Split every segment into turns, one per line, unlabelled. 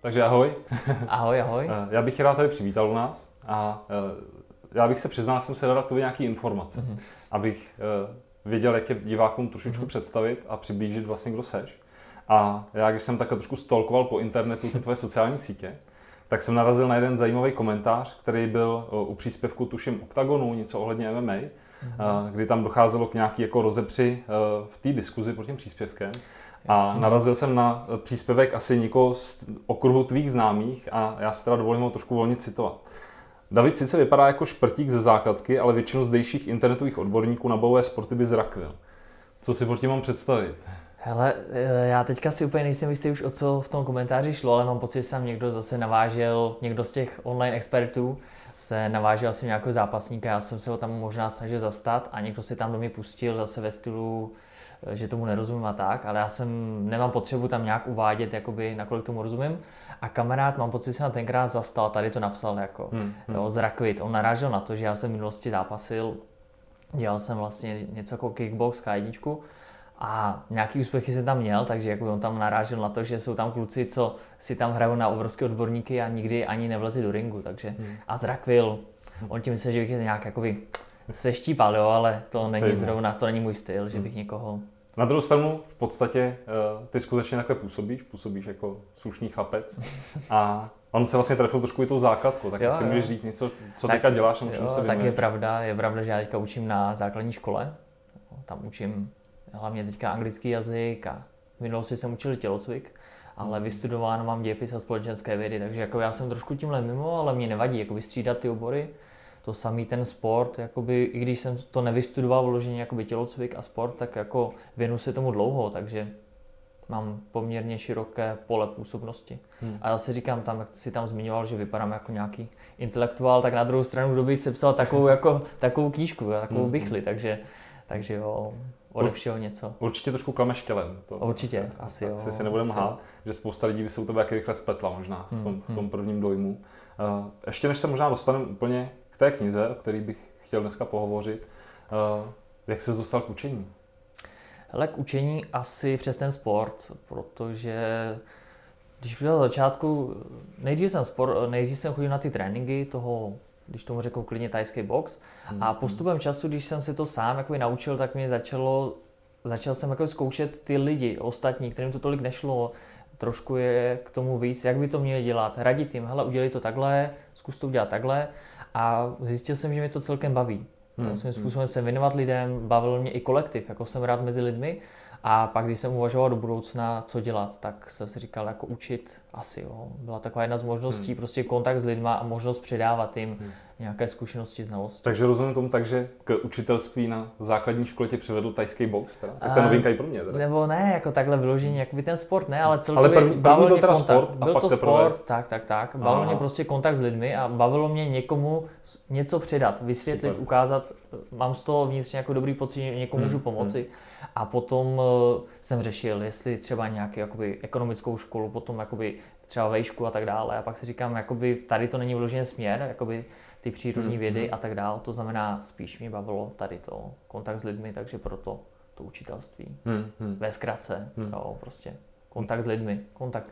takže ahoj.
Ahoj, ahoj.
Já bych tě rád tady přivítal u nás a já bych se přiznal, že jsem se dodal k tobě nějaké informace, abych věděl, jak tě divákům trošičku představit a přiblížit vlastně, kdo seš. A já, když jsem takhle trošku stalkoval po internetu ty tvoje sociální sítě, tak jsem narazil na jeden zajímavý komentář, který byl u příspěvku, tuším, Oktagonu, něco ohledně MMA, kdy tam docházelo k nějaký jako rozepři v té diskuzi pod tím příspěvkem. A narazil jsem na příspěvek asi někoho z okruhu tvých známých a já si teda dovolím ho trošku volně citovat. David sice vypadá jako šprtík ze základky, ale většinu zdejších internetových odborníků na bojové sporty by zrakvil. Co si pod tím mám představit?
Hele, já teďka si úplně nejsem jistý už, o co v tom komentáři šlo, ale mám pocit, že jsem někdo zase navážel, někdo z těch online expertů se navážel asi nějakého zápasníka, já jsem se ho tam možná snažil zastat a někdo si tam do mě pustil zase ve stylu, že tomu nerozumím a tak, ale já nemám potřebu tam nějak uvádět, jakoby, nakolik tomu rozumím. A kamarád, mám pocit, že se na tenkrát zastal, tady to napsal jako zrakvit. On narážel na to, že já jsem v minulosti zápasil, dělal jsem vlastně něco jako kickbox, K1 a nějaký úspěchy jsem tam měl, takže jako on tam narážel na to, že jsou tam kluci, co si tam hrajou na obrovské odborníky a nikdy ani nevlezli do ringu, takže a zrakvil. On tím myslel, že bych je nějak jakoby seštípal, jo, ale to není zrovna, to není můj styl, že bych někoho...
Na druhou stranu v podstatě ty skutečně takhle působíš jako slušný chlapec a on se vlastně trefil trošku i tou základkou, tak si můžeš říct něco, co teďka děláš a čemu se věnuješ.
Tak je pravda, že já teďka učím na základní škole, tam učím hlavně teďka anglický jazyk a v minulosti jsem učil tělocvik, ale vystudováno mám dějepis a společenské vědy, takže jako já jsem trošku tímhle mimo, ale mě nevadí jako vystřídat ty obory. To samý ten sport, jakoby, i když jsem to nevystudoval vloženě jakoby tělocvik a sport, tak jako věnuju se tomu dlouho, takže mám poměrně široké pole působnosti. A zase říkám, tam, jak si tam zmiňoval, že vypadám jako nějaký intelektuál, tak na druhou stranu kdo by sepsal takovou knížku, takovou bychli, takže jo, ode všeho něco.
Určitě trošku klameš tělem.
Určitě, asi jo.
Si nebudeme lhát, že spousta lidí by se u tebe jak rychle spletla možná v tom prvním dojmu. Ještě než se možná dostaneme úplně k té knize, o které bych chtěl dneska pohovořit, jak ses dostal k učení?
Hele, k učení asi přes ten sport, protože když byl na začátku, nejdřív jsem chodil na ty tréninky toho, když tomu řeknu klidně thajský box, a postupem času, když jsem si to sám jakoby naučil, tak mě začal jsem jako zkoušet ty lidi, ostatní, kterým to tolik nešlo, trošku je k tomu víc, jak by to měli dělat, radit jim, hele, udělej to takhle, zkus to udělat takhle a zjistil jsem, že mě to celkem baví. Svým způsobem se věnovat lidem, bavil mě i kolektiv, jako jsem rád mezi lidmi a pak, když jsem uvažoval do budoucna, co dělat, tak jsem si říkal, jako učit asi, jo. Byla taková jedna z možností, prostě kontakt s lidma a možnost předávat jim nějaké zkušenosti, znalosti.
Takže rozumím tomu tak, že k učitelství na základní škole tě přivedl thajský box, teda? Tak to novinka i pro mě, teda.
Nebo ne, jako takhle vyloženě, jako by ten sport, ne, ale celkově
první byl teda sport a
byl
pak
to
teprve...
sport, tak. Bavilo mě prostě kontakt s lidmi a bavilo mě někomu něco předat, vysvětlit, super. Ukázat, mám z toho vnitřně jako dobrý pocit, že někomu můžu pomoci. A potom jsem řešil, jestli třeba nějaký jakoby ekonomickou školu, potom jakoby třeba vejšku a tak dále. A pak si říkám, jakoby tady to není vyložený směr, jakoby ty přírodní vědy a tak dále. To znamená, spíš mě bavilo tady to kontakt s lidmi, takže proto to učitelství. Ve zkratce, jo, prostě kontakt s lidmi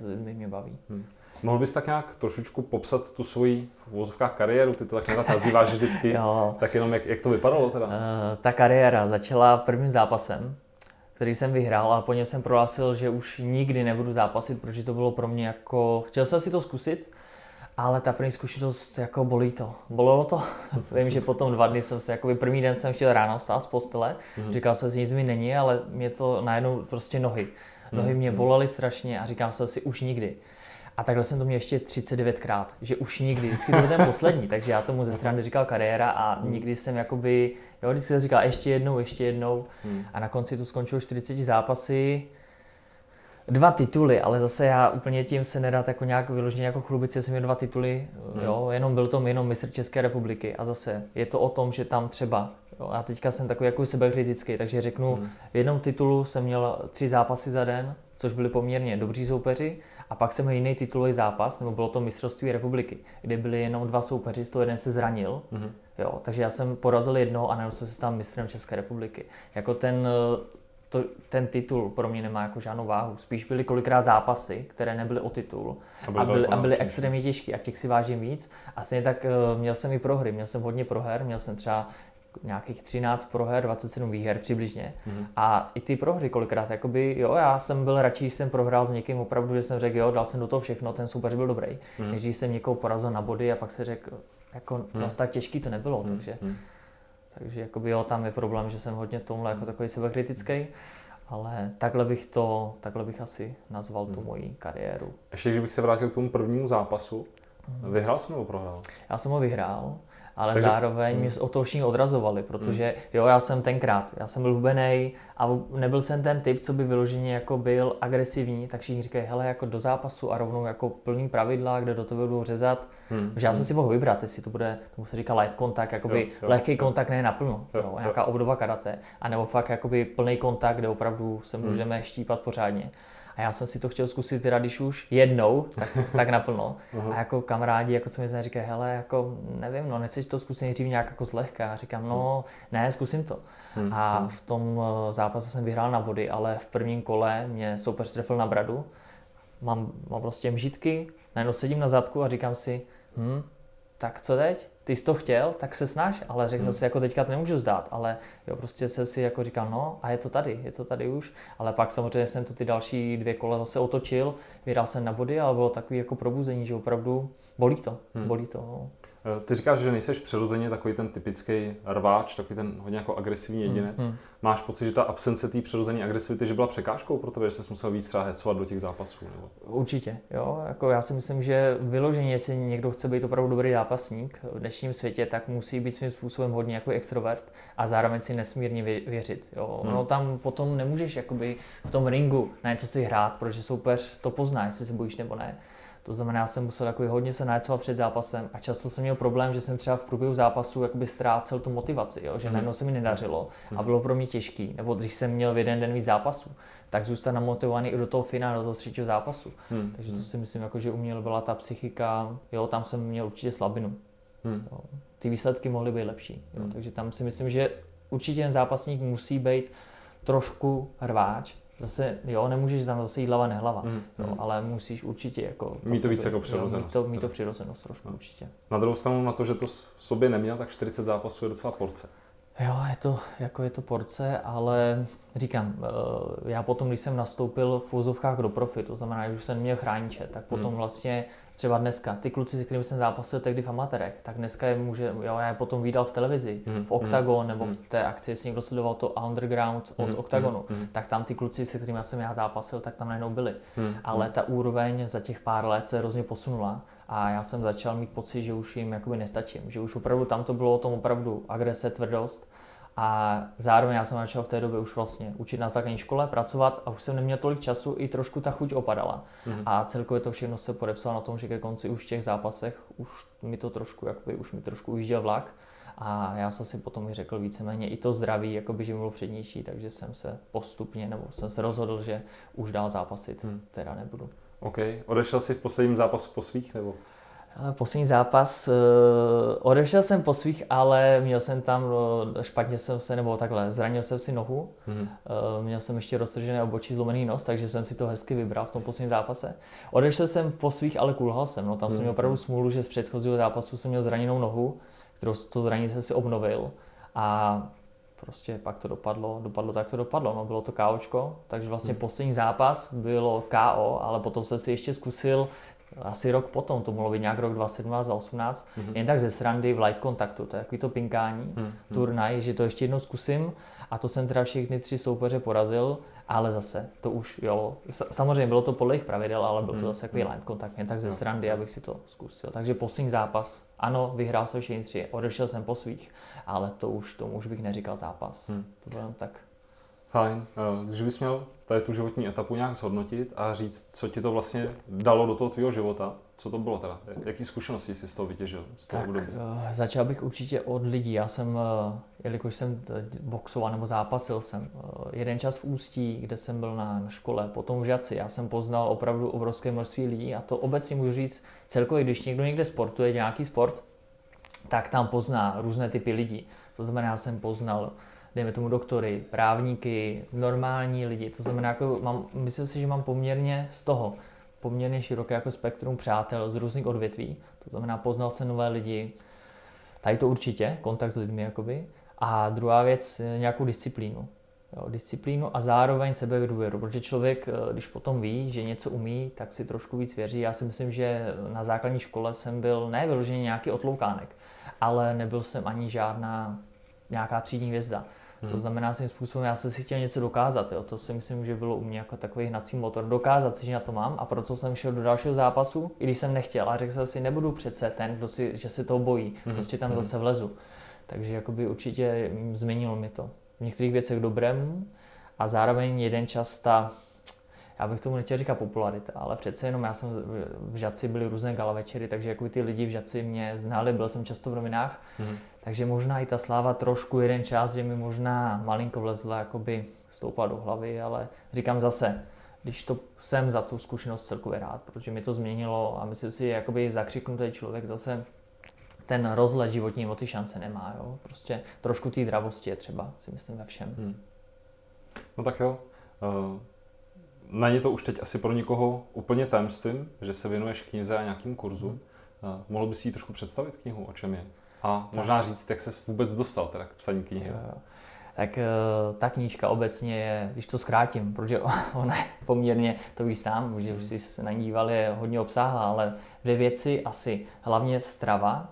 mě baví.
Mohl bys tak nějak trošičku popsat tu svoji v uvozovkách kariéru, ty to tak nějak nazýváš vždycky, tak jenom jak to vypadalo teda?
Ta kariéra začala prvním zápasem, který jsem vyhrál a po něm jsem prohlásil, že už nikdy nebudu zápasit, protože to bylo pro mě jako, chtěl jsem si to zkusit, ale ta první zkušenost jako bolelo to. Vím, že potom 2 dny jsem se, jakoby první den jsem chtěl ráno vstát z postele, říkal jsem si, nic mi není, ale mě to najednou prostě nohy mě bolely strašně a říkal jsem si už nikdy. A takhle jsem to měl ještě 39krát, že už nikdy, vždycky to byl ten poslední, takže já tomu ze strany říkal kariéra a nikdy jsem jakoby, jo, vždycky jsem říkal ještě jednou a na konci to skončilo 40 zápasy, 2 tituly, ale zase já úplně tím se nedat jako nějak vyloženě jako chlubit, jsem měl 2 tituly, jo, byl to jenom mistr České republiky a zase je to o tom, že tam třeba, jo, já teďka jsem takový jako sebekritický, takže řeknu, v jednom titulu jsem měl 3 zápasy za den, což byli poměrně dobří soupeři. A pak jsem měl jiný titulový zápas, nebo bylo to mistrovství republiky, kde byli jenom 2 soupeři, z toho jeden se zranil. Jo, takže já jsem porazil jednoho a najednou jsem se stal mistrem České republiky. Jako ten titul pro mě nemá jako žádnou váhu. Spíš byly kolikrát zápasy, které nebyly o titul a byly extrémně těžké a těch si vážím víc. A stejně tak měl jsem i prohry, měl jsem hodně proher, měl jsem třeba nějakých 13 proher, 27 výher přibližně. A i ty prohry kolikrát, jakoby, jo, já jsem byl radši, když jsem prohrál s někým opravdu, že jsem řekl, jo, dal jsem do toho všechno, ten soupeř byl dobrý. Než když jsem někoho porazil na body a pak se řekl, jako zase tak těžký to nebylo, takže jakoby, jo, tam je problém, že jsem hodně tomhle jako takový sebekritický, ale takhle bych asi nazval tu moji kariéru.
Ještě když bych se vrátil k tomu prvnímu zápasu, vyhrál jsem nebo prohrál?
Já jsem ho vyhrál. Ale zároveň mě o toho všichni odrazovali, protože jo, já jsem byl hubenej a nebyl jsem ten typ, co by vyloženě jako byl agresivní, tak všichni říkají, hele, jako do zápasu a rovnou jako plný pravidla, kde do toho budou řezat. Že já jsem si mohl vybrat, jestli to bude, tomu se říká light kontakt, jakoby lehký kontakt, ne naplno, nějaká obdoba karate, anebo fakt jakoby plný kontakt, kde opravdu se můžeme štípat pořádně. A já jsem si to chtěl zkusit teda, když už jednou, tak naplno. A jako kamarádi, jako co mi znají, říkají, hele, jako nevím, no nechceš to zkusit nejdřív nějak jako zlehka. A říkám, no ne, zkusím to. A v tom zápase jsem vyhrál na body, ale v prvním kole mě soupeř trefil na bradu. Mám prostě mžitky, najednou sedím na zadku a říkám si, tak co teď? Ty jsi to chtěl, tak se snaž, ale řekl jsem si, jako teďka to nemůžu vzdát, ale jo, prostě se si jako říkal, no a je to tady už, ale pak samozřejmě jsem to ty další 2 kola zase otočil, vyhrál jsem na body, ale bylo takový jako probuzení, že opravdu bolí to. No.
Ty říkáš, že nejseš přirozeně takový ten typický rváč, takový ten hodně jako agresivní jedinec. Máš pocit, že ta absence té přirozené agresivity, že byla překážkou pro tebe, že jsi musel víc třeba hecovat do těch zápasů? Nebo?
Určitě, jo. Jako já si myslím, že vyloženě, jestli někdo chce být opravdu dobrý zápasník v dnešním světě, tak musí být svým způsobem hodně jako extrovert a zároveň si nesmírně věřit. Jo. No tam potom nemůžeš jakoby v tom ringu na něco si hrát, protože soupeř to pozná, jestli se bojíš nebo ne. To znamená, já jsem musel jako hodně se nahecovat před zápasem a často jsem měl problém, že jsem třeba v průběhu zápasu jakoby ztrácel tu motivaci, jo? Že najednou se mi nedařilo a bylo pro mě těžký. Nebo když jsem měl v jeden den víc zápasů, tak zůstat namotivovaný i do toho finále, do toho 3. zápasu. Takže to si myslím, jako, že u mě byla ta psychika, jo, tam jsem měl určitě slabinu. Jo? Ty výsledky mohly být lepší. Jo? Takže tam si myslím, že určitě ten zápasník musí být trošku rváč. Zase, jo, nemůžeš tam zase jít hlava nehlava, jo, ale musíš určitě jako...
Mít to víc jako přirozenost.
Mít to přirozenost trošku určitě.
Na druhou stranu na to, že to sobě neměl, tak 40 zápasů je docela porce.
Jo, je to porce, ale říkám, já potom, když jsem nastoupil v úzovkách do profi, to znamená, když jsem měl chrániče, tak potom vlastně třeba dneska, ty kluci, se kterými jsem zápasil tehdy v amatérech, tak dneska já je potom vídal v televizi, v Octagon, nebo v té akci, jestli někdo sledoval to Underground od Octagonu, tak tam ty kluci, se kterými jsem já zápasil, tak tam najednou byli. Ale ta úroveň za těch pár let se hrozně posunula a já jsem začal mít pocit, že už jim jakoby nestačím, že už opravdu tam to bylo o tom opravdu agrese, tvrdost. A zároveň já jsem začal v té době už vlastně učit na základní škole, pracovat a už jsem neměl tolik času, i trošku ta chuť opadala. A celkově to všechno se podepsalo na tom, že ke konci už v těch zápasech už mi trošku ujížděl vlak. A já jsem si potom i řekl víceméně i to zdraví, jakoby, že mi bylo přednější, takže jsem se rozhodl, že už dál zápasit teda nebudu.
OK. Odešel jsi v posledním zápasu po svých, nebo?
Ale poslední zápas, odešel jsem po svých, ale měl jsem tam, zranil jsem si nohu, měl jsem ještě roztržené obočí, zlomený nos, takže jsem si to hezky vybral v tom posledním zápase. Odešel jsem po svých, ale kulhal jsem, tam jsem měl opravdu smůlu, že z předchozího zápasu jsem měl zraněnou nohu, kterou to zranění jsem si obnovil a prostě pak to dopadlo, tak to dopadlo, bylo to KOčko, takže vlastně poslední zápas bylo KO, ale potom jsem si ještě zkusil asi rok potom, to mohlo být nějak rok 2017, 2018, jen tak ze srandy v light kontaktu, to je takový to pinkání, turnaj, že to ještě jednou zkusím a to jsem teda všechny 3 soupeře porazil, ale zase to už, jo, samozřejmě bylo to podle jejich pravidel, ale byl to zase takový light kontakt, jen tak ze srandy, abych si to zkusil. Takže poslední zápas, ano, vyhrál jsem všechny 3, odešel jsem po svých, ale tomu už bych neříkal zápas, to bylo jen tak.
Fajn, když bys měl tady tu životní etapu nějak zhodnotit a říct, co ti to vlastně dalo do toho tvýho života, co to bylo teda? Jaký zkušenosti jsi z toho vytěžil?
Začal bych určitě od lidí. Já jsem, jelikož jsem boxoval nebo zápasil jsem, jeden čas v Ústí, kde jsem byl na škole, potom v Žadci. Já jsem poznal opravdu obrovské množství lidí a to obecně můžu říct celkově, když někdo někde sportuje, nějaký sport, tak tam pozná různé typy lidí. To znamená, já jsem poznal dejme tomu doktory, právníky, normální lidi. To znamená, jako myslím si, že mám poměrně široké jako spektrum přátel z různých odvětví. To znamená, poznal jsem nové lidi, tady to určitě, kontakt s lidmi jakoby. A druhá věc, nějakou disciplínu. Jo, disciplínu a zároveň sebedůvěru, protože člověk, když potom ví, že něco umí, tak si trošku víc věří. Já si myslím, že na základní škole jsem byl ne vyloženě nějaký otloukánek, ale nebyl jsem ani nějaká třídní hvězda. To znamená, svým způsobem já jsem si chtěl něco dokázat. Jo. To si myslím, že bylo u mě jako takový hnací motor. Dokázat si, že na to mám, a proto jsem šel do dalšího zápasu, i když jsem nechtěl. A řekl jsem si, nebudu přece ten, že se toho bojí. Prostě tam zase vlezu. Takže jakoby určitě změnilo mi to. V některých věcech dobrému a zároveň jeden čas já bych tomu nechtěl říkat popularita, ale přece jenom já jsem v Žadci, byly různé gala večery, takže jako ty lidi v Žadci mě znali, byl jsem často v novinách, takže možná i ta sláva trošku jeden čas, že mi možná malinko vlezla, jakoby stoupla do hlavy, ale říkám zase, když to jsem za tu zkušenost celkově rád, protože mi to změnilo a myslím si, jakoby zakřiknutý člověk zase ten rozhled životní o ty šance nemá, jo. Prostě trošku té dravosti je třeba, si myslím, ve všem.
No tak jo. Není to už teď asi pro někoho úplně tajemstvím, že se věnuješ knize a nějakým kurzu. Mohl bys si ji trošku představit knihu, o čem je? A možná říct, jak ses vůbec dostal teda k psaní knihy.
Jo. Tak ta knížka obecně je, když to zkrátím, protože ona je poměrně, to víš sám, že už jsi na ní díval, je hodně obsáhlá, ale 2 věci asi, hlavně strava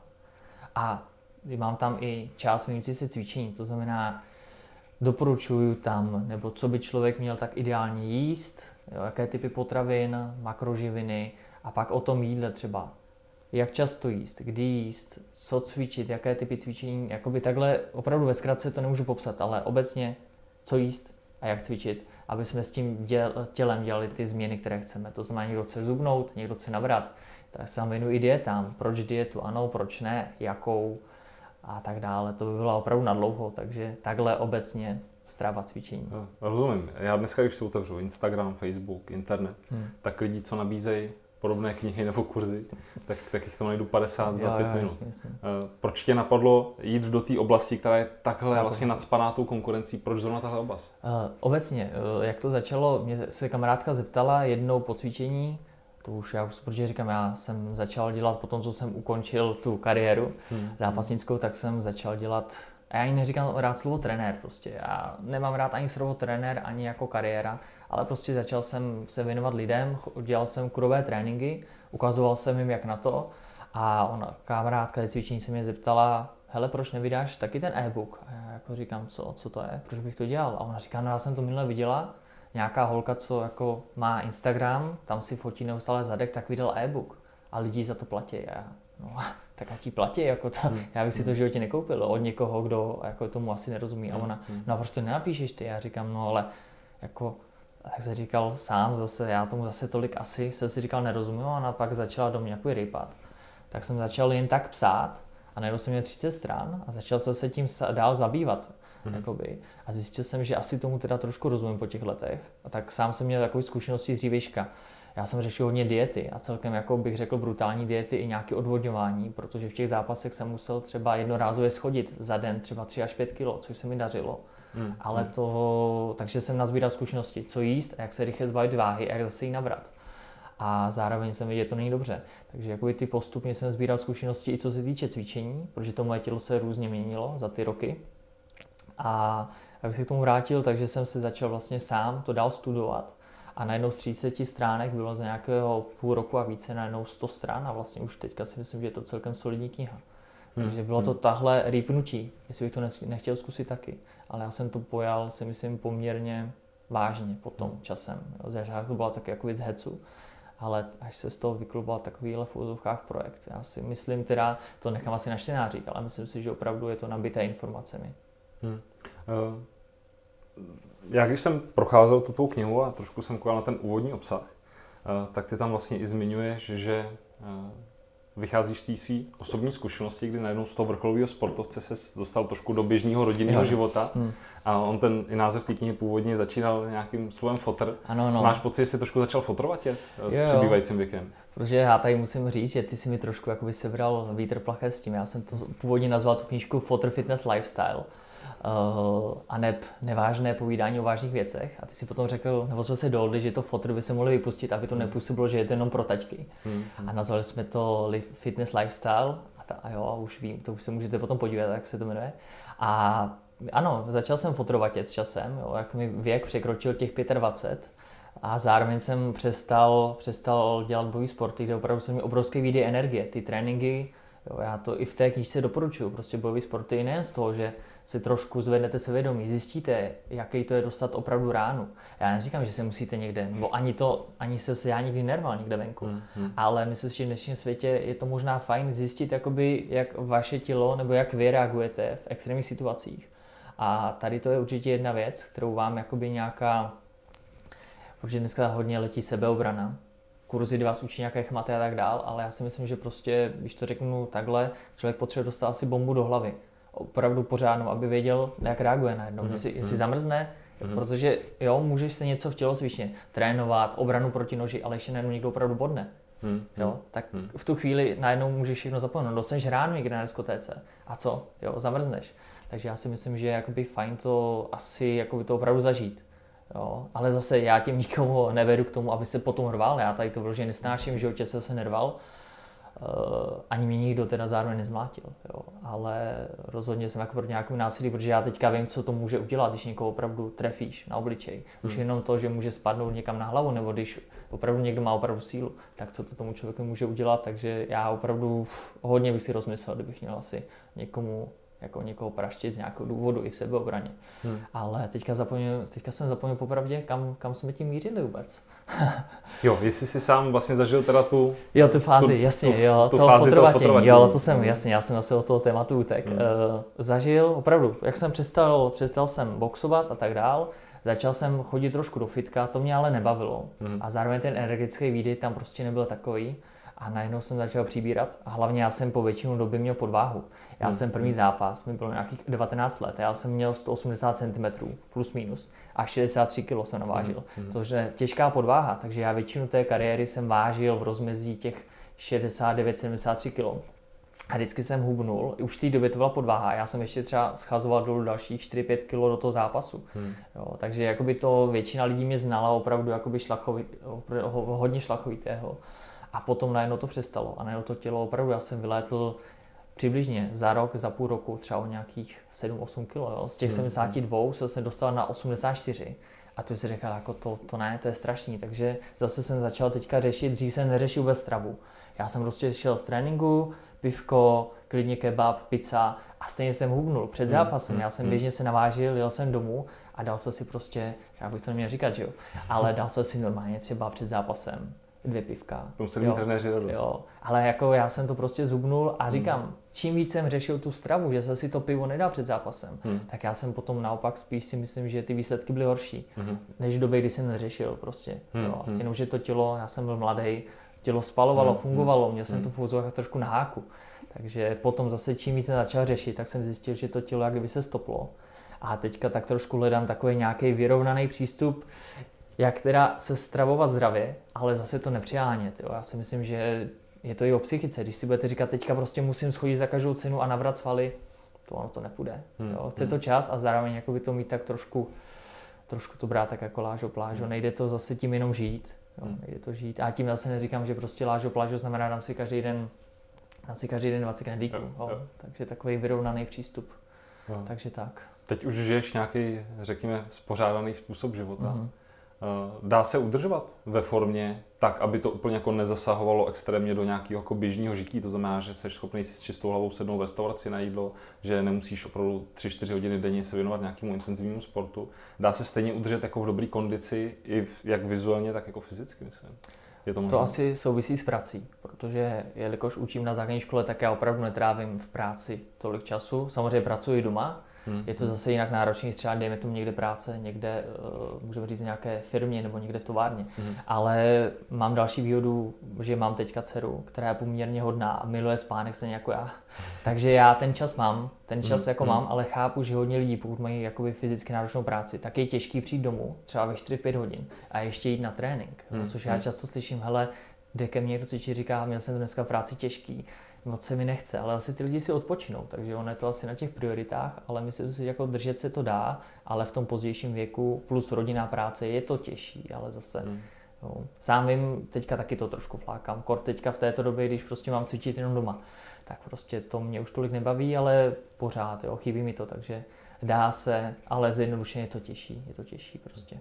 a mám tam i část věnující se cvičení, to znamená, doporučuju tam, nebo co by člověk měl tak ideálně jíst, jo, jaké typy potravin, makroživiny a pak o tom jídle třeba. Jak často jíst, kdy jíst, co cvičit, jaké typy cvičení, jakoby takhle opravdu ve zkratce to nemůžu popsat, ale obecně co jíst a jak cvičit, aby jsme s tím tělem dělali ty změny, které chceme. To znamená, někdo chce zubnout, někdo chce nabrat, tak se věnuji i dietám. Proč dietu ano, proč ne, jakou a tak dále. To by bylo opravdu nadlouho, takže takhle obecně strava, cvičení.
Rozumím. Já dneska, když si otevřu Instagram, Facebook, internet, tak lidi, co nabízejí podobné knihy nebo kurzy, tak jich tam najdu 50 za 5 minut. Jasně. Proč tě napadlo jít do té oblasti, která je takhle vlastně nacpaná tou konkurencí? Proč zrovna tahle oblast?
Obecně, jak to začalo, mě se kamarádka zeptala jednou po cvičení, to už protože říkám, já jsem začal dělat po tom, co jsem ukončil tu kariéru zápasnickou, tak jsem začal dělat, a já ji neříkám rád slovo trenér prostě, já nemám rád ani slovo trenér, ani jako kariéra, ale prostě začal jsem se věnovat lidem, dělal jsem kurové tréninky, ukazoval jsem jim jak na to a ona, kamarádka ze cvičení se mě zeptala, hele, proč nevydáš taky ten e-book? A já jako říkám, co to je, proč bych to dělal? A ona říká, no já jsem to minule viděla, nějaká holka, co jako má Instagram, tam si fotí neustále zadek, tak vydal e-book a lidi za to platí. A no, tak ať jí platí, jako to, já bych si to v životě nekoupil od někoho, kdo jako tomu asi nerozumí. A ona, no a proč to nenapíšeš ty? Já říkám, no ale jako, tak se říkal sám zase, já tomu zase tolik asi, jsem si říkal nerozumím, a ona pak začala do mě jako rýpat. Tak jsem začal jen tak psát a najednou jsem měl 30 stran a začal jsem se tím dál zabývat. Jakoby. A zjistil jsem, že asi tomu teda trošku rozumím po těch letech. A tak sám jsem měl takové zkušenosti z dřívějška. Já jsem řešil hodně diety a celkem, jako bych řekl, brutální diety i nějaké odvodňování, protože v těch zápasech jsem musel třeba jednorázově schodit za den třeba 3 až 5 kilo, což se mi dařilo. Ale takže jsem nazbíral zkušenosti, co jíst a jak se rychle zbavit váhy a jak zase jí nabrat. A zároveň jsem viděl, že to není dobře. Takže jakoby ty postupně jsem sbíral zkušenosti i co se týče cvičení, protože to moje tělo se různě měnilo za ty roky. A abych se k tomu vrátil, takže jsem se začal vlastně sám to dál studovat a najednou z 30 stránek bylo za nějakého půl roku a více najednou 100 stran a vlastně už teďka si myslím, že je to celkem solidní kniha. Takže bylo to tahle rýpnutí, jestli bych to nechtěl zkusit taky, ale já jsem to pojal si myslím poměrně vážně potom časem. To byla taky jako věc hecu, ale až se z toho vyklubal takovýhle v úzovkách projekt. Já si myslím teda, to nechám asi na čtenářích, ale myslím si, že opravdu je to nabité informacemi.
Já když jsem procházel tuto knihu a trošku jsem koukal na ten úvodní obsah, tak ty tam vlastně i zmiňuješ, že vycházíš z té své osobní zkušenosti, kdy najednou z toho vrcholového sportovce se dostal trošku do běžného rodinného života. A on ten i název té knihy původně začínal nějakým slovem fotr.
Ano.
Máš pocit, že jsi trošku začal fotrovat s přibývajícím věkem?
Protože já tady musím říct, že ty si mi trošku jakoby sebral vítr plachet s tím. Já jsem to původně nazval tu knížku Fotr Fitness Lifestyle. a nevážné povídání o vážných věcech. A ty si potom řekl, nebo jsme se dohodli, že to fotr by se mohli vypustit, aby to nepůsobilo, že je to jenom pro taťky. A nazvali jsme to Fitness Lifestyle. A už vím, to už se můžete potom podívat, jak se to jmenuje. A ano, začal jsem fotrovatět časem, jo, jak mi věk překročil těch 25 a zároveň jsem přestal dělat bojové sporty, kde opravdu jsem měl obrovské výdy energie, ty tréninky, jo, já to i v té knížce doporučuji, prostě bojové sporty nejen z toho, že si trošku zvednete sevědomí, zjistíte, jaký to je dostat opravdu ránu. Já neříkám, že se musíte někde, nebo ani se já nikdy nerval někde venku, ale myslím si, že v dnešním světě je to možná fajn zjistit, jakoby, jak vaše tělo, nebo jak vy reagujete v extrémních situacích. A tady to je určitě jedna věc, kterou vám jakoby nějaká, protože dneska hodně letí sebeobrana, kurzy, kdy vás učí nějaké chmaty a tak dál, ale já si myslím, že prostě, když to řeknu takhle, člověk potřebuje dostat asi bombu do hlavy. Opravdu pořádnou, aby věděl, jak reaguje najednou, jestli zamrzne, protože jo, můžeš se něco v tělocvičně trénovat, obranu proti noži, ale ještě najednou někdo opravdu bodne. Jo, tak v tu chvíli najednou můžeš všechno zapomenout, dostaneš ránu někde na diskotéce a co, jo, zamrzneš. Takže já si myslím, že je jakoby fajn to asi jakoby to opravdu zažít. Jo, ale zase já tím nikomu nevedu k tomu, aby se potom rval, já tady to vyloženě nesnáším, v životě se nerval. Ani mě nikdo teda zároveň nezmlátil, jo. Ale rozhodně jsem jako pro nějakou násilí, protože já teďka vím, co to může udělat, když někoho opravdu trefíš na obličej. Už jenom to, že může spadnout někam na hlavu, nebo když opravdu někdo má opravdu sílu, tak co to tomu člověku může udělat, takže já opravdu hodně bych si rozmyslel, kdybych měl asi někoho praštit z nějakého důvodu i v sebeobraně. Ale teďka jsem zapomněl popravdě, kam jsme tím mířili vůbec.
Jo, jestli jsi sám vlastně zažil teda tu
fázi, jasně,
tu fázi
fotovatění. Jo, to jsem, jasně, já jsem zase od toho tématu utek. Zažil opravdu, jak jsem přestal jsem boxovat a tak dál, začal jsem chodit trošku do fitka, to mě ale nebavilo. A zároveň ten energetický výdej tam prostě nebyl takový. A najednou jsem začal přibírat a hlavně já jsem po většinu doby měl podváhu. Já jsem první zápas, mi bylo nějakých 19 let, já jsem měl 180 cm plus minus a 63 kg jsem navážil. Což je těžká podváha, takže já většinu té kariéry jsem vážil v rozmezí těch 69-73 kg. A vždycky jsem hubnul, už v té době to byla podváha, já jsem ještě třeba schazoval dolů dalších 4-5 kg do toho zápasu. Jo, takže jakoby to většina lidí mě znala opravdu jakoby hodně šlachovitého. A potom najednou to přestalo a najednou to tělo opravdu, já jsem vylétl přibližně za rok, za půl roku třeba o nějakých 7-8 kg. Jo. Z těch 72 jsem se dostal na 84 a tu si říkal, jako to ne, to je strašný. Takže zase jsem začal teďka řešit, dřív jsem neřešil vůbec stravu. Já jsem prostě šel z tréninku, pivko, klidně kebab, pizza a stejně jsem hubnul před zápasem. Já jsem běžně se navážil, jel jsem domů a dal jsem si prostě, já bych to neměl říkat, že jo, ale dal jsem si normálně třeba před zápasem 2 pivka.
Tomu se trenéři radost.
Jo, ale jako já jsem to prostě zhubnul a říkám, čím víc jsem řešil tu stravu, že se si to pivo nedá před zápasem, tak já jsem potom naopak spíš si myslím, že ty výsledky byly horší, než v době, kdy jsem neřešil prostě. Jo. Jenomže to tělo, já jsem byl mladý, tělo spalovalo, fungovalo, měl jsem to v úzovách trošku na háku. Takže potom zase čím víc jsem začal řešit, tak jsem zjistil, že to tělo jak kdyby se stoplo. A teďka tak trošku hledám takový nějaký vyrovnaný přístup, jak teda se stravovat zdravě, ale zase to nepřihánět. Jo. Já si myslím, že je to i o psychice. Když si budete říkat, teďka prostě musím schodit za každou cenu a nabrat svaly, to nepůjde. Jo. Chce to čas a zároveň jako by to mít tak trošku to brát tak jako lážo plážo. Nejde to zase tím jenom žít. Jo. Nejde to žít. A tím zase neříkám, že prostě lážo plážo znamená dám si každý den 20 knedlíků. Takže takový vyrovnaný přístup. Jo. Takže tak.
Teď už žiješ nějaký, řekněme, spořádaný způsob života. Dá se udržovat ve formě tak, aby to úplně jako nezasahovalo extrémně do nějakého jako běžného žití, to znamená, že jsi schopný si s čistou hlavou sednout v restauraci na jídlo, že nemusíš opravdu 3-4 hodiny denně se věnovat nějakému intenzivnímu sportu. Dá se stejně udržet jako v dobré kondici, i jak vizuálně, tak jako fyzicky, myslím. Je to možná?
To asi souvisí s prací, protože jelikož učím na základní škole, tak já opravdu netrávím v práci tolik času. Samozřejmě pracuji doma. Je to zase jinak náročný, třeba dejme tomu někde práce, někde, můžeme říct nějaké firmě nebo někde v továrně. Ale mám další výhodu, že mám teďka dceru, která je poměrně hodná a miluje spánek stejně jako já. Takže já ten čas mám, mám, ale chápu, že hodně lidí, pokud mají jakoby fyzicky náročnou práci, tak je těžký přijít domů, třeba ve 4-5 hodin a ještě jít na trénink. Což já často slyším, hele, jde ke mně, kdo cvičí, říká, měl jsem to dneska v práci těžký. moc se mi nechce, ale asi ty lidi si odpočinou, takže ono je to asi na těch prioritách, ale myslím si, jako držet se to dá, ale v tom pozdějším věku plus rodinná práce je to těžší, ale zase jo. Sám vím, teďka taky to trošku flákám, kor teďka v této době, když prostě mám cvičit jenom doma, tak prostě to mě už tolik nebaví, ale pořád, jo, chybí mi to, takže dá se, ale zjednodušeně je to těžší prostě.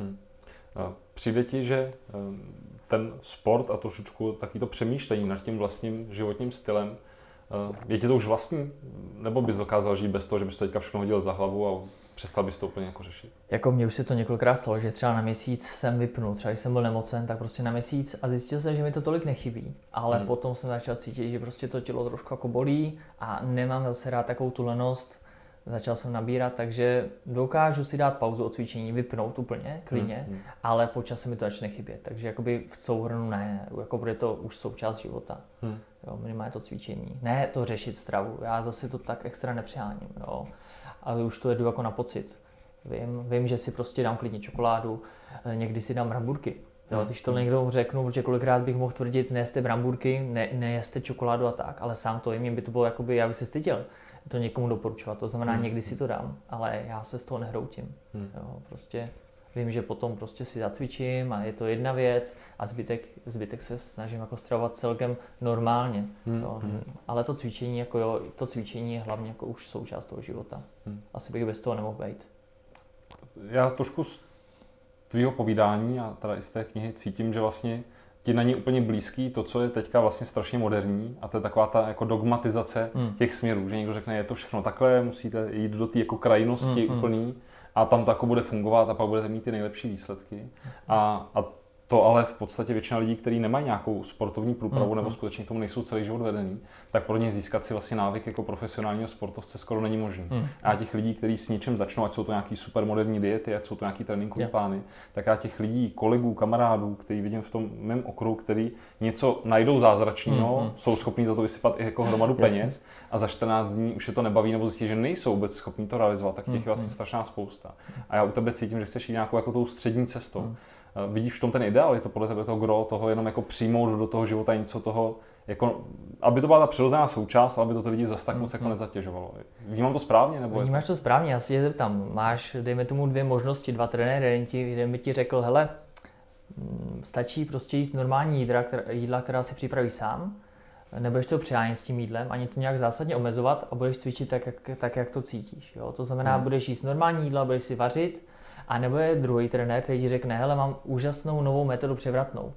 Přijde ti, že ten sport a trošičku taky to přemýšlení nad tím vlastním životním stylem, je ti to už vlastní? Nebo bys dokázal žít bez toho, že bys to teďka všechno hodil za hlavu a přestal bys to úplně jako řešit?
Jako mně už se to několikrát stalo, že třeba na měsíc jsem vypnul, třeba když jsem byl nemocen, tak prostě na měsíc a zjistil jsem, že mi to tolik nechybí. Ale potom jsem začal cítit, že prostě to tělo trošku jako bolí a nemám zase rád takovou tu lenost. Začal jsem nabírat, takže dokážu si dát pauzu od cvičení, vypnout úplně, klidně, ale po čase mi to začne chybět. Takže jakoby v souhrnu ne, jako bude to už součást života. Jo, minimálně to cvičení. Ne to řešit stravu, já zase to tak extra nepřiháním, jo. Ale už to jedu jako na pocit. Vím, že si prostě dám klidně čokoládu, někdy si dám bramburky. Jo, když to někdo řeknu, protože kolikrát bych mohl tvrdit, nejeste bramburky, nejeste čokoládu a tak, ale sám to jim by to bylo jakoby, já bych se styděl to někomu doporučovat, to znamená někdy si to dám, ale já se z toho nehroutím. Jo, prostě vím, že potom prostě si zacvičím a je to jedna věc a zbytek se snažím jako stravovat celkem normálně. Jo. Ale to cvičení, jako jo, to cvičení je hlavně jako už součást toho života. Asi bych bez toho nemohl být.
Já trošku z tvýho povídání a teda i z té knihy cítím, že vlastně ti není úplně blízký to, co je teďka vlastně strašně moderní, a to je taková ta jako dogmatizace těch směrů, že někdo řekne, je to všechno takhle, musíte jít do té jako krajnosti úplný a tam to jako bude fungovat a pak budete mít ty nejlepší výsledky. A to ale v podstatě většina lidí, kteří nemají nějakou sportovní průpravu nebo skutečně k tomu nejsou celý život vedený, tak pro ně získat si vlastně návyk jako profesionálního sportovce skoro není možný. A těch lidí, kteří s něčím začnou, ať jsou to nějaký supermoderní diety, ať jsou to nějaký tréninkové plány, tak já těch lidí, kolegů, kamarádů, který vidím v tom mém okruhu, který něco najdou zázračného, jsou schopní za to vysypat i jako hromadu peněz a za 14 dní už je to nebaví nebo zjistí, že nejsou vůbec schopní to realizovat, tak těch je vlastně strašná spousta. A já u tebe cítím, že chceš jít nějakou jako tou střední cestou. Vidíš v tom ten ideál, je to podle tebe to gro toho jenom jako přijmout do toho života něco toho, jako, aby to byla ta přirozená součást, aby to ty lidi zase tak moc jako nezatěžovalo. Vnímám to správně? Nebo
Vnímáš to správně, já si tě zeptám, máš, dejme tomu 2 možnosti, 2 trenéry, jeden by ti řekl, hele, stačí prostě jíst normální jídla, která si připraví sám, nebudeš to přehánět s tím jídlem, ani to nějak zásadně omezovat a budeš cvičit tak jak to cítíš. Jo? To znamená, budeš jíst normální jídla, budeš si vařit, a nebo je druhý trenér, který ti řekne, hele, mám úžasnou novou metodu převratnou.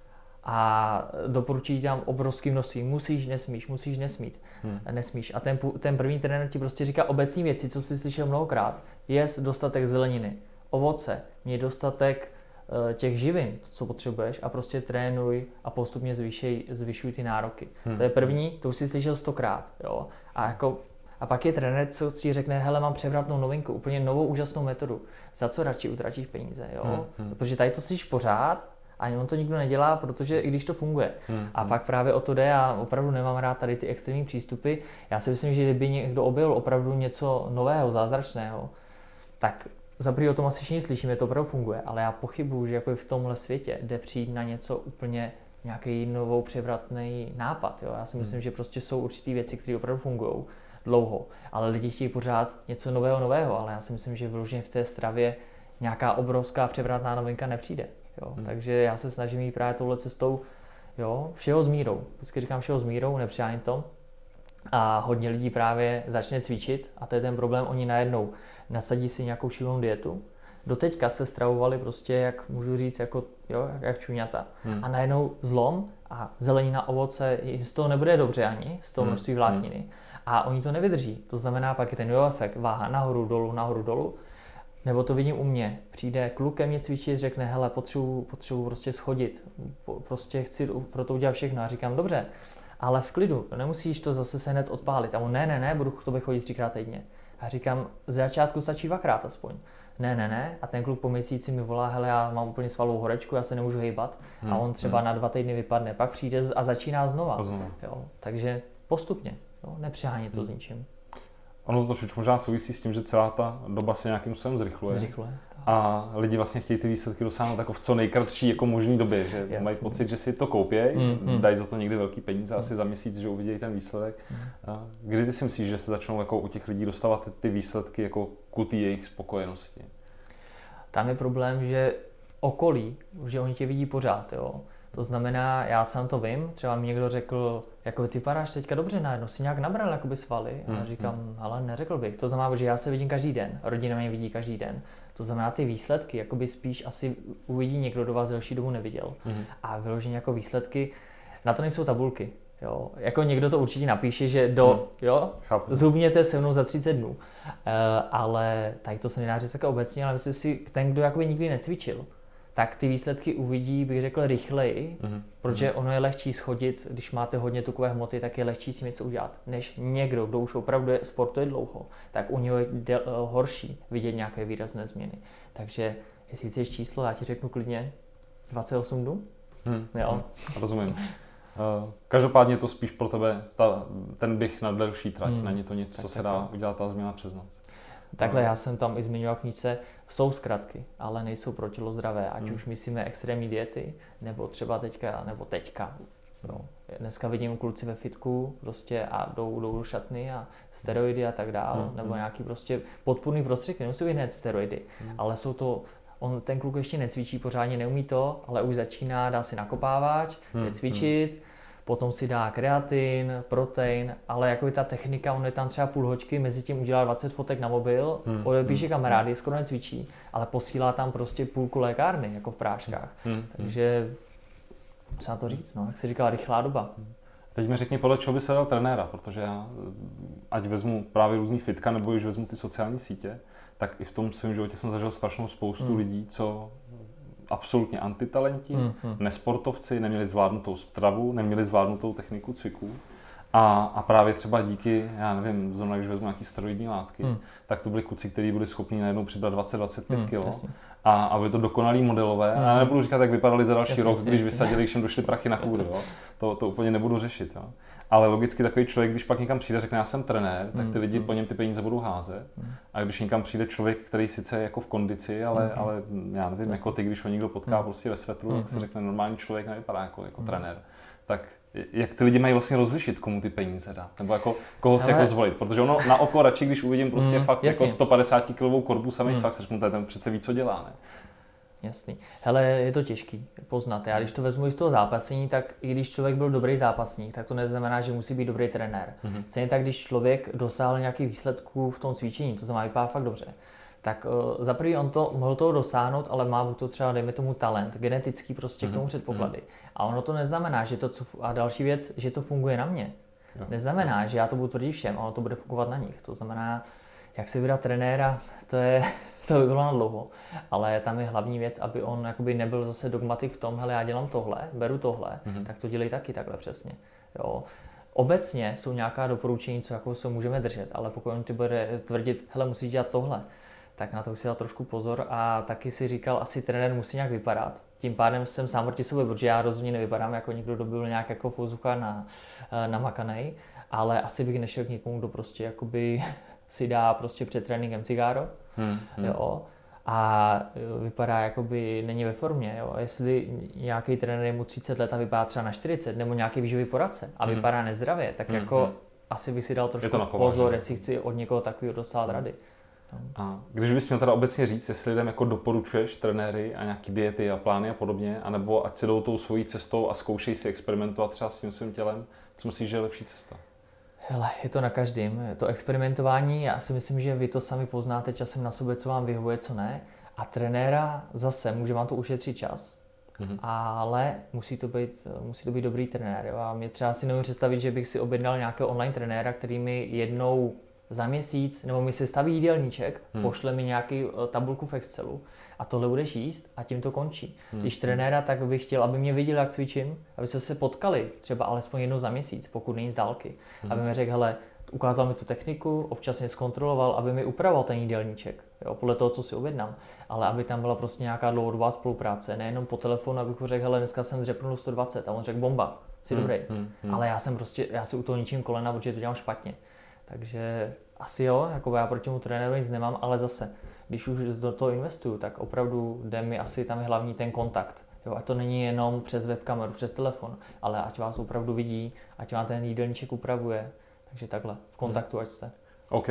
A doporučí tam obrovské množství, musíš, nesmít. Nesmíš. A ten první trenér ti prostě říká obecní věci, co jsi slyšel mnohokrát. Jest dostatek zeleniny, ovoce, měj dostatek těch živin, co potřebuješ a prostě trénuj a postupně zvyšuj ty nároky. To je první, to už jsi slyšel 100krát. Jo? A pak je trenér, co ti řekne, hele, mám převratnou novinku, úplně novou úžasnou metodu. Za co radši utratíš peníze, jo? Protože tady to slyšíš pořád a on to nikdo nedělá, protože i když to funguje. A pak právě o to jde, já opravdu nemám rád tady ty extrémní přístupy. Já si myslím, že kdyby někdo objevil opravdu něco nového, zázračného, tak za první o tom asi všichni slyšíme, to opravdu funguje, ale já pochybuju, že jako v tomhle světě jde přijít na něco úplně nějaký novou převratný nápad. Jo? Já si myslím, že prostě jsou určitý věci, které opravdu fungují dlouho, ale lidi chtějí pořád něco nového, ale já si myslím, že vyloženě v té stravě nějaká obrovská převratná novinka nepřijde. Jo? Takže já se snažím jít právě touhle cestou, jo? Všeho s mírou. Vždycky říkám všeho s mírou, nepřiháním to. A hodně lidí právě začne cvičit a to je ten problém, oni najednou nasadí si nějakou šílenou dietu. Doteďka se stravovali prostě, jak můžu říct, jako, jo, jak čuňata. A najednou zlom a zelenina, ovoce, z toho nebude dobře ani, z toho množství vlákniny. A oni to nevydrží. To znamená, pak je ten jo efekt, váha nahoru, dolů. Nebo to vidím u mě. Přijde kluk ke mně cvičit, řekne, hele, potřebuji prostě schodit. Prostě chci pro to udělat všechno. A říkám, dobře, ale v klidu, nemusíš to zase se hned odpálit. A on, ne, budu k tobě chodit 3krát týdně. A říkám, z začátku stačí 2krát aspoň. Ne. A ten kluk po měsíci mi volá, hele, já mám úplně svalovou horečku, já se nemůžu hejbat. A on třeba na 2 týdny vypadne, pak přijde a začíná znova. Jo, takže postupně, jo, nepřehánět to s ničím.
Ono to trošičku možná souvisí s tím, že celá ta doba se nějakým způsobem zrychluje. A lidi vlastně chtějí ty výsledky dosáhnout jako v co nejkratší jako možný době, že jasný. Mají pocit, že si to koupějí, dají za to někdy velký peníze, asi za měsíc, že uvidějí ten výsledek. A kdy ty si myslíš, že se začnou jako u těch lidí dostávat ty výsledky jako ku té jejich spokojenosti?
Tam je problém, že okolí, že oni tě vidí pořád, jo. To znamená, já sám to vím, třeba mi někdo řekl, jako ty vypadáš teďka dobře najednou, si nějak nabral jakoby svaly. A říkám, ale neřekl bych. To znamená, že já se vidím každý den, rodina mě vidí každý den. To znamená, ty výsledky, jakoby spíš asi uvidí někdo, kdo vás delší dobu neviděl. A vyloženě jako výsledky, na to nejsou tabulky. Jo. Jako někdo to určitě napíše, že zhubněte se mnou za 30 dnů. Ale tady to se nedá říct také obecně, ale myslím si, ten, kdo jakoby nikdy necvičil, tak ty výsledky uvidí, bych řekl, rychleji, protože ono je lehčí schodit, když máte hodně tukové hmoty, tak je lehčí si něco udělat, než někdo, kdo už opravdu sportuje dlouho, tak u něho je horší vidět nějaké výrazné změny. Takže jestli chceš číslo, já ti řeknu klidně 28 dnů. Jo.
Rozumím. Každopádně to spíš pro tebe ten běh na delší trať, není to nic, co se dá udělat ta změna přes noc.
Takhle já jsem tam i zmiňoval v knížce, jsou zkratky, ale nejsou pro tělo zdravé, ať už myslíme extrémní diety, nebo třeba teďka. No. Dneska vidím kluci ve fitku prostě a jdou do šatny a steroidy a tak dále, nebo nějaký prostě podpůrný prostředky, nemusí být hned steroidy, ale jsou to, ten kluk ještě necvičí pořádně, neumí to, ale už začíná, dá si nakopávač, cvičit, potom si dá kreatin, protein, ale jako ta technika, on je tam třeba půl hoďky, mezi tím udělá 20 fotek na mobil, odepíše kamarády, skoro necvičí, ale posílá tam prostě půlku lékárny, jako v práškách. Takže, co na to říct, no, jak se říká, rychlá doba.
Teď mi řekni, podle čeho by se dal trenéra, protože já, ať vezmu právě různý fitka, nebo když vezmu ty sociální sítě, tak i v tom svém životě jsem zažil strašnou spoustu lidí, co absolutně antitalenti, nesportovci, neměli zvládnutou stravu, neměli zvládnutou techniku cviků. A právě třeba díky, já nevím, zrovna když vezmu nějaký steroidní látky, tak to byli kluci, kteří byli schopni najednou přibrat 20-25 kg. A byly to dokonalý modelové. A já nebudu říkat, jak vypadali za další rok, když vysadili, když jim došly prachy na kůru. To úplně nebudu řešit. Jo. Ale logicky takový člověk, když pak někam přijde, řekne, já jsem trenér, tak ty lidi po něm ty peníze budou házet. A když někam přijde člověk, který sice je jako v kondici, ale já nevím, jako ty, když ho někdo potká prostě ve svetru, tak se řekne, normální člověk nevypadá jako trenér. Tak jak ty lidi mají vlastně rozlišit, komu ty peníze dát? Nebo jako, koho si jako zvolit? Protože ono na oko radši, když uvidím prostě fakt jako 150 kilovou korbu samý svak, se řeknu, ten přece ví, co dělá, ne?
Jasný. Hele, je to těžký poznat. Já když to vezmu i z toho zápasení, tak i když člověk byl dobrý zápasník, tak to neznamená, že musí být dobrý trenér. Stejně tak, když člověk dosáhl nějakých výsledků v tom cvičení, to znamená, vypadá fakt dobře, tak za prvý on to mohl toho dosáhnout, ale má buď to třeba, dejme tomu, talent, genetický prostě k tomu předpoklady. A ono to neznamená, že a další věc, že to funguje na mě. Neznamená, že já to budu tvrdit všem, a ono to bude fungovat na nich. To znamená, jak si vybrat trenéra, to by bylo na dlouho. Ale tam je hlavní věc, aby on jakoby nebyl zase dogmatik v tom, hele, já dělám tohle, beru tohle, tak to dělej taky takhle přesně. Jo. Obecně jsou nějaká doporučení, co jako se můžeme držet, ale pokud on ti bude tvrdit, hele, musíš dělat tohle, tak na to si dal trošku pozor a taky si říkal, asi trenér musí nějak vypadat. Tím pádem jsem sám proti sobě, protože já rozhodně nevypadám jako někdo, kdo byl nějak jako fouzůka namakanej, ale asi bych nešel k někomu, kdo prostě jakoby si dá prostě před tréninkem cigáro, jo, a vypadá jakoby není ve formě, jo. Jestli nějaký trenér je mu 30 let a vypadá třeba na 40, nebo nějaký výživový poradce a vypadá nezdravě, tak jako asi bych si dal trošku pozor, jestli chci od někoho takového dostat rady.
A když bys měl teda obecně říct, jestli lidem jako doporučuješ trenéry a nějaký diety a plány a podobně, anebo ať si jdou tou svojí cestou a zkoušej si experimentovat třeba s tím svým tělem, co myslíš, že je lepší cesta?
Hele, je to na každém. To experimentování, já si myslím, že vy to sami poznáte časem na sobě, co vám vyhovuje, co ne. A trenéra zase může vám to ušetřit čas, ale musí to být dobrý trenér. Jo? A mě třeba si nemůžu představit, že bych si objednal nějakého online trenéra, který mi jednou za měsíc, nebo mi sestaví jídelníček, pošle mi nějaký tabulku v Excelu a tohle budeš jíst a tím to končí. Když trenéra, tak bych chtěl, aby mě viděl, jak cvičím, aby jsme se potkali třeba alespoň jednou za měsíc, pokud není z dálky. Aby mi řekl, hele, ukázal mi tu techniku, občas mě zkontroloval, aby mi upravoval ten jídelníček, jo, podle toho, co si objednám. Ale aby tam byla prostě nějaká dlouhodobá spolupráce, nejenom po telefonu, abych mu řekl, hele, dneska jsem dřepnul 120 a on řekl, bomba, jsi dobrý. Ale já si u toho ničím kolena, protože to dělám špatně. Takže asi jo, jako já proti tomu trenéru nic nemám, ale zase, když už do toho investuju, tak opravdu jde mi asi tam je hlavní ten kontakt. Jo, a to není jenom přes webkameru, přes telefon, ale ať vás opravdu vidí, ať vám ten jídelníček upravuje. Takže takhle, v kontaktu ať jste.
OK.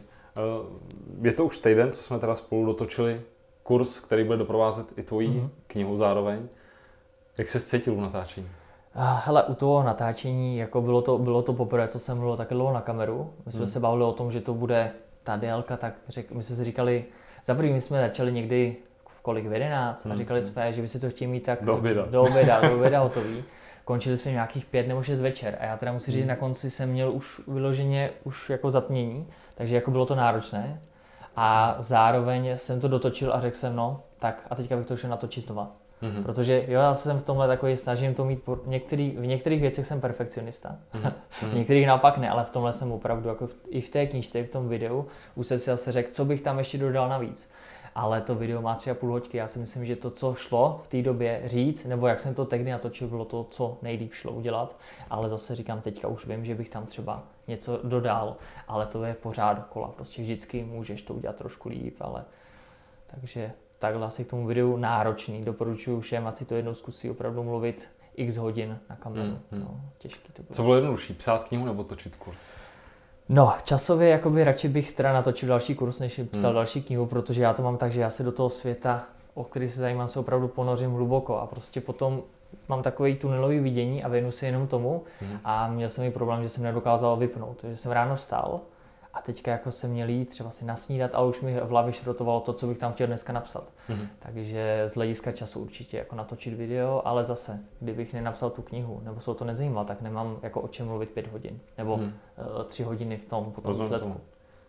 Je to už týden, co jsme teda spolu dotočili kurz, který bude doprovázet i tvoji knihu zároveň. Jak se cítil u natáčení?
Hele, u toho natáčení, jako bylo to poprvé, co jsem mluvil takhle dlouho na kameru. My jsme se bavili o tom, že to bude ta délka, tak my jsme si říkali, za první my jsme začali někdy v 11 a říkali jsme, že by si to chtěli mít tak do oběda hotový. Končili jsme nějakých 5 nebo 6 večer a já teda musím říct, že na konci jsem měl už vyloženě jako zatmění, takže jako bylo to náročné. A zároveň jsem to dotočil a řekl jsem, no, tak a teďka bych to šel natočit znova. Protože jo, já jsem v tomhle takový, snažím to mít, v některých věcech jsem perfekcionista, v některých naopak ne, ale v tomhle jsem opravdu, jako i v té knížce, i v tom videu, už jsem si zase řekl, co bych tam ještě dodal navíc. Ale to video má 3,5 hodiny, já si myslím, že to, co šlo v té době říct, nebo jak jsem to tehdy natočil, bylo to, co nejlíp šlo udělat, ale zase říkám, teďka už vím, že bych tam třeba něco dodal, ale to je pořád dokola, prostě vždycky můžeš to udělat trošku líp, ale takže takhle asi k tomu videu náročný, doporučuji všem, ať si to jednou zkusí opravdu mluvit x hodin na kameru, no, těžký to bylo.
Co bylo jednodušší, psát knihu nebo točit kurz?
No, časově jakoby radši bych teda natočil další kurz, než psal další knihu, protože já to mám tak, že já se do toho světa, o který se zajímám, se opravdu ponořím hluboko a prostě potom mám takový tunelový vidění a věnu se jenom tomu a měl jsem i problém, že jsem nedokázal vypnout, takže jsem ráno vstal a teďka jako jsem měl jít třeba si nasnídat, ale už mi v hlavě šrotovalo to, co bych tam chtěl dneska napsat. Takže z hlediska času určitě jako natočit video, ale zase, kdybych nenapsal tu knihu, nebo se o to nezajímal, tak nemám jako o čem mluvit 5 hodin, nebo 3 hodiny v tom potom výsledku.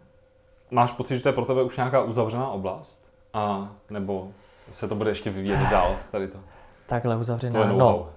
Máš pocit, že to je pro tebe už nějaká uzavřená oblast? A nebo se to bude ještě vyvíjet dál, tady to?
Takhle uzavřená, no.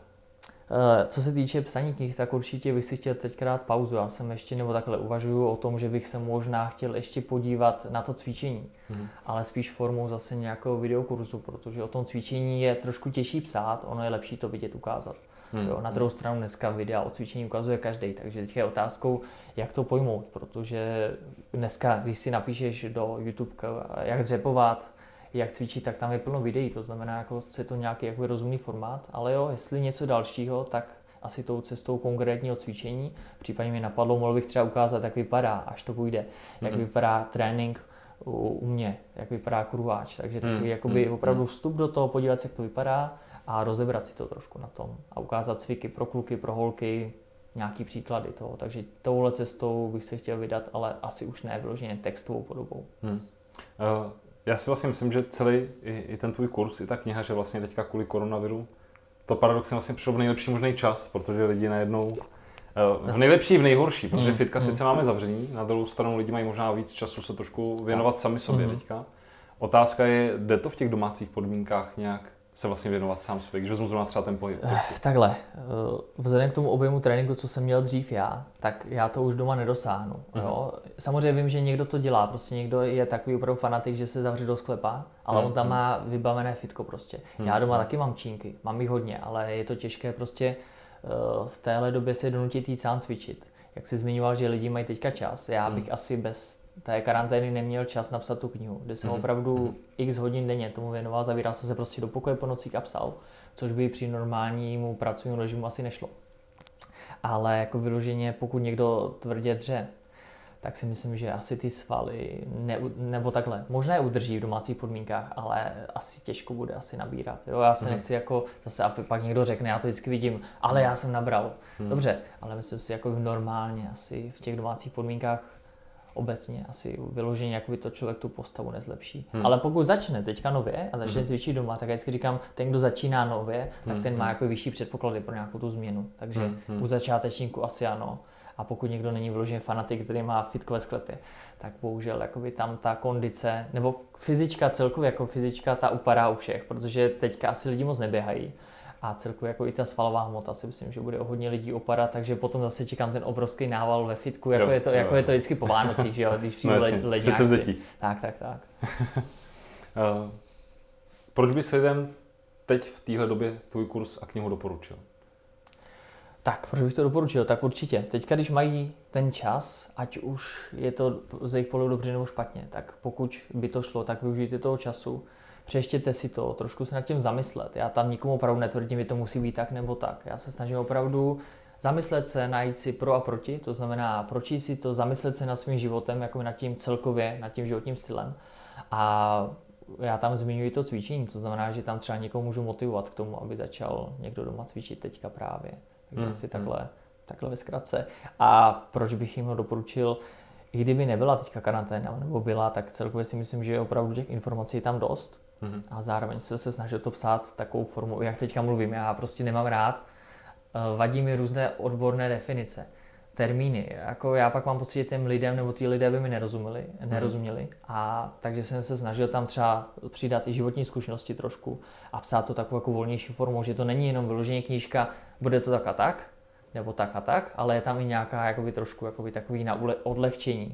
Co se týče psaní knih, tak určitě bych si chtěl teďka dát pauzu. Já jsem ještě, nebo takhle uvažuju o tom, že bych se možná chtěl ještě podívat na to cvičení, ale spíš formou zase nějakého videokurzu, protože o tom cvičení je trošku těžší psát, ono je lepší to vidět, ukázat. Jo, na druhou stranu dneska videa o cvičení ukazuje každý, takže teď je otázkou, jak to pojmout, protože dneska, když si napíšeš do YouTube, jak dřepovat, jak cvičit, tak tam je plno videí, to znamená, jako je to nějaký jako rozumný formát, ale jo, jestli něco dalšího, tak asi tou cestou konkrétního cvičení, případně mi napadlo, mohl bych třeba ukázat, jak vypadá, až to půjde, jak vypadá trénink u mě, jak vypadá kruháč, takže takový jakoby opravdu vstup do toho, podívat se, jak to vypadá a rozebrat si to trošku na tom a ukázat cviky pro kluky, pro holky, nějaký příklady toho, takže touhle cestou bych se chtěl vydat, ale asi už ne vyloženě textovou podobou.
Já si vlastně myslím, že celý i ten tvůj kurz, i ta kniha, že vlastně teďka kvůli koronaviru, to paradoxně vlastně přišlo v nejlepší možný čas, protože lidi najednou, v nejlepší i v nejhorší, protože fitka sice máme zavření, na druhou stranu lidi mají možná víc času se trošku věnovat sami sobě teďka. Otázka je, jde to v těch domácích podmínkách nějak se vlastně věnovat sám sobě, když vezmu zrovna třeba ten pohyb?
Takhle, vzhledem k tomu objemu tréninku, co jsem měl dřív já, tak já to už doma nedosáhnu. Jo? Samozřejmě vím, že někdo to dělá, prostě někdo je takový opravdu fanatik, že se zavře do sklepa, ale on tam má vybavené fitko prostě. Já doma taky mám čínky, mám jich hodně, ale je to těžké prostě v téhle době se donutit jít sám cvičit. Jak jsi zmiňoval, že lidi mají teďka čas, já bych asi bez té karantény neměl čas napsat tu knihu, kde jsem opravdu x hodin denně tomu věnoval, zavíral jsem se prostě do pokoje po nocích a psal, což by při normálnímu pracovnímu režimu asi nešlo. Ale jako vyloženě, pokud někdo tvrdě dře, tak si myslím, že asi ty svaly, nebo takhle, možná je udrží v domácích podmínkách, ale asi těžko bude asi nabírat. Jo? Já se nechci jako zase, aby pak někdo řekne, já to vždycky vidím, ale já jsem nabral. Dobře, ale myslím si jako normálně asi v těch domácích podmínkách obecně asi vyloženě, jakoby to člověk tu postavu nezlepší. Ale pokud začne teďka nově a začne cvičit doma, tak já vždycky říkám, ten, kdo začíná nově, tak ten má jako vyšší předpoklady pro nějakou tu změnu. Takže u začátečníku asi ano. A pokud někdo není vyloženě fanatik, který má fitko ve sklepě, tak bohužel jakoby tam ta kondice, nebo fyzička celkově jako fyzička, ta upadá u všech, protože teďka asi lidi moc neběhají. A celkově jako i ta svalová hmota si myslím, že bude o hodně lidí opadat, takže potom zase čekám ten obrovský nával ve fitku, jako je to vždycky po Vánocích, že jo, když přijdu ledňáci. Tak.
Proč bys lidem teď v téhle době tvůj kurz a knihu doporučil?
Tak, proč bych to doporučil? Tak určitě. Teďka, když mají ten čas, ať už je to z jejich pohledu dobře nebo špatně, tak pokud by to šlo, tak využijte toho času, přečtěte si to, trošku se nad tím zamyslet. Já tam nikomu opravdu netvrdím, že to musí být tak nebo tak. Já se snažím opravdu zamyslet se, najít si pro a proti, to znamená pročíst si to, zamyslet se nad svým životem, jako nad tím celkově, nad tím životním stylem. A já tam zmiňuji to cvičení, to znamená, že tam třeba někoho můžu motivovat k tomu, aby začal někdo doma cvičit teďka právě. Takže asi takhle ve zkratce. A proč bych jim ho doporučil, i kdyby nebyla teďka karanténa, nebo byla, tak celkově si myslím, že opravdu těch informací je tam dost. A zároveň se snažil to psát takovou formou, jak teďka mluvím. Já prostě nemám rád, vadí mi různé odborné definice, termíny. Jako já pak mám pocit, že těm lidem, nebo ty lidé by mi nerozuměli. A takže jsem se snažil tam třeba přidat i životní zkušenosti trošku a psát to takovou jako volnější formou, že to není jenom vyloženě knížka, bude to tak a tak, nebo tak a tak, ale je tam i nějaká jakoby trošku jakoby takový na odlehčení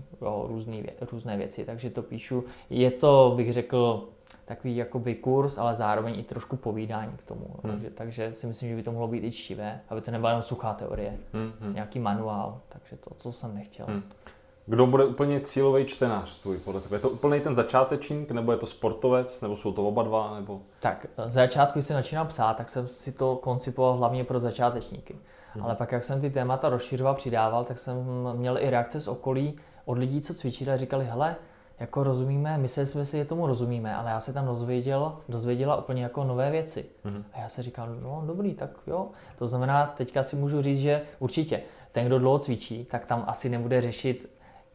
různé věci. Takže to píšu. Je to, bych řekl, takový jakoby kurz, ale zároveň i trošku povídání k tomu. Takže si myslím, že by to mohlo být i čtivé, aby to nebyla jenom suchá teorie, nějaký manuál, takže to, co jsem nechtěl.
Kdo bude úplně cílový čtenář tvůj podle tebe? Je to úplně ten začátečník, nebo je to sportovec, nebo jsou to oba dva? Nebo...
Tak, z začátku, když jsem začínal psát, tak jsem si to koncipoval hlavně pro začátečníky. Ale pak, jak jsem ty témata rozšiřoval, přidával, tak jsem měl i reakce z okolí od lidí, co cvičili a říkali, hele, jako rozumíme, mysleli jsme si, že tomu rozumíme, ale já se tam dozvěděla úplně jako nové věci. A já se říkal, no dobrý, tak jo. To znamená, teďka si můžu říct, že určitě ten, kdo dlouho cvičí, tak tam asi nebude řešit,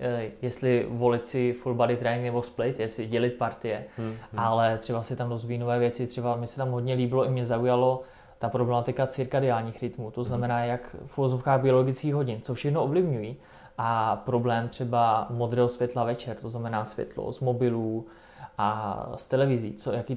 jestli volit si full body training nebo split, jestli dělit partie, ale třeba si tam dozví nové věci, třeba mi se tam hodně líbilo i mě zaujalo ta problematika cirkadiálních rytmů, to znamená jak v uvozovkách biologických hodin, co všechno ovlivňují. A problém třeba modrého světla večer, to znamená světlo z mobilů a z televizí,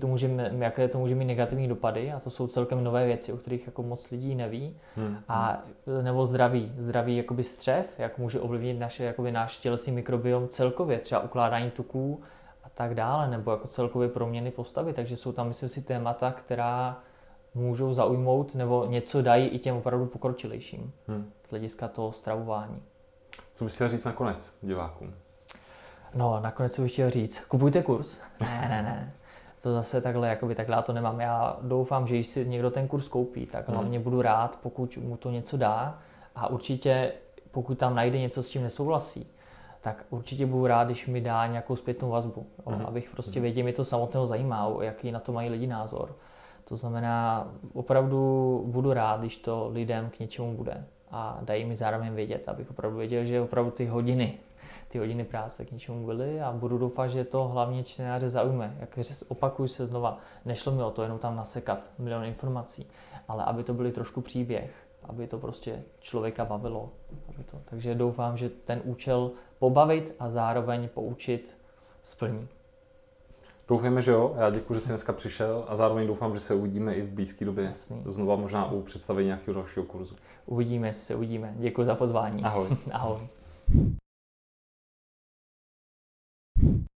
jaké to může mít negativní dopady, a to jsou celkem nové věci, o kterých jako moc lidí neví. A nebo zdraví jakoby střev, jak může ovlivnit náš tělesný mikrobiom celkově, třeba ukládání tuků a tak dále, nebo jako celkově proměny postavy, takže jsou tam, myslím si, témata, která můžou zaujmout nebo něco dají i těm opravdu pokročilejším z hlediska toho stravování.
Co bys chtěl říct nakonec divákům?
No, nakonec bych chtěl říct, kupujte kurz. Ne. To zase takhle já to nemám. Já doufám, že když si někdo ten kurz koupí, tak hlavně budu rád, pokud mu to něco dá. A určitě, pokud tam najde něco, s čím nesouhlasí, tak určitě budu rád, když mi dá nějakou zpětnou vazbu. Abych prostě věděl, mě to samotného zajímá, jaký na to mají lidi názor. To znamená, opravdu budu rád, když to lidem k něčemu bude. A dají mi zároveň vědět, abych opravdu věděl, že opravdu ty hodiny práce k něčemu byly, a budu doufat, že to hlavně čtenáře zaujme. Jak opakuju se znova, nešlo mi o to jenom tam nasekat milion informací, ale aby to byly trošku příběh, aby to prostě člověka bavilo. Takže doufám, že ten účel pobavit a zároveň poučit splní.
Doufejme, že jo. Já děkuji, že jsi dneska přišel, a zároveň doufám, že se uvidíme i v blízké době.
Jasný.
Znova možná u představení nějakého dalšího kurzu.
Uvidíme. Děkuji za pozvání.
Ahoj.
Ahoj.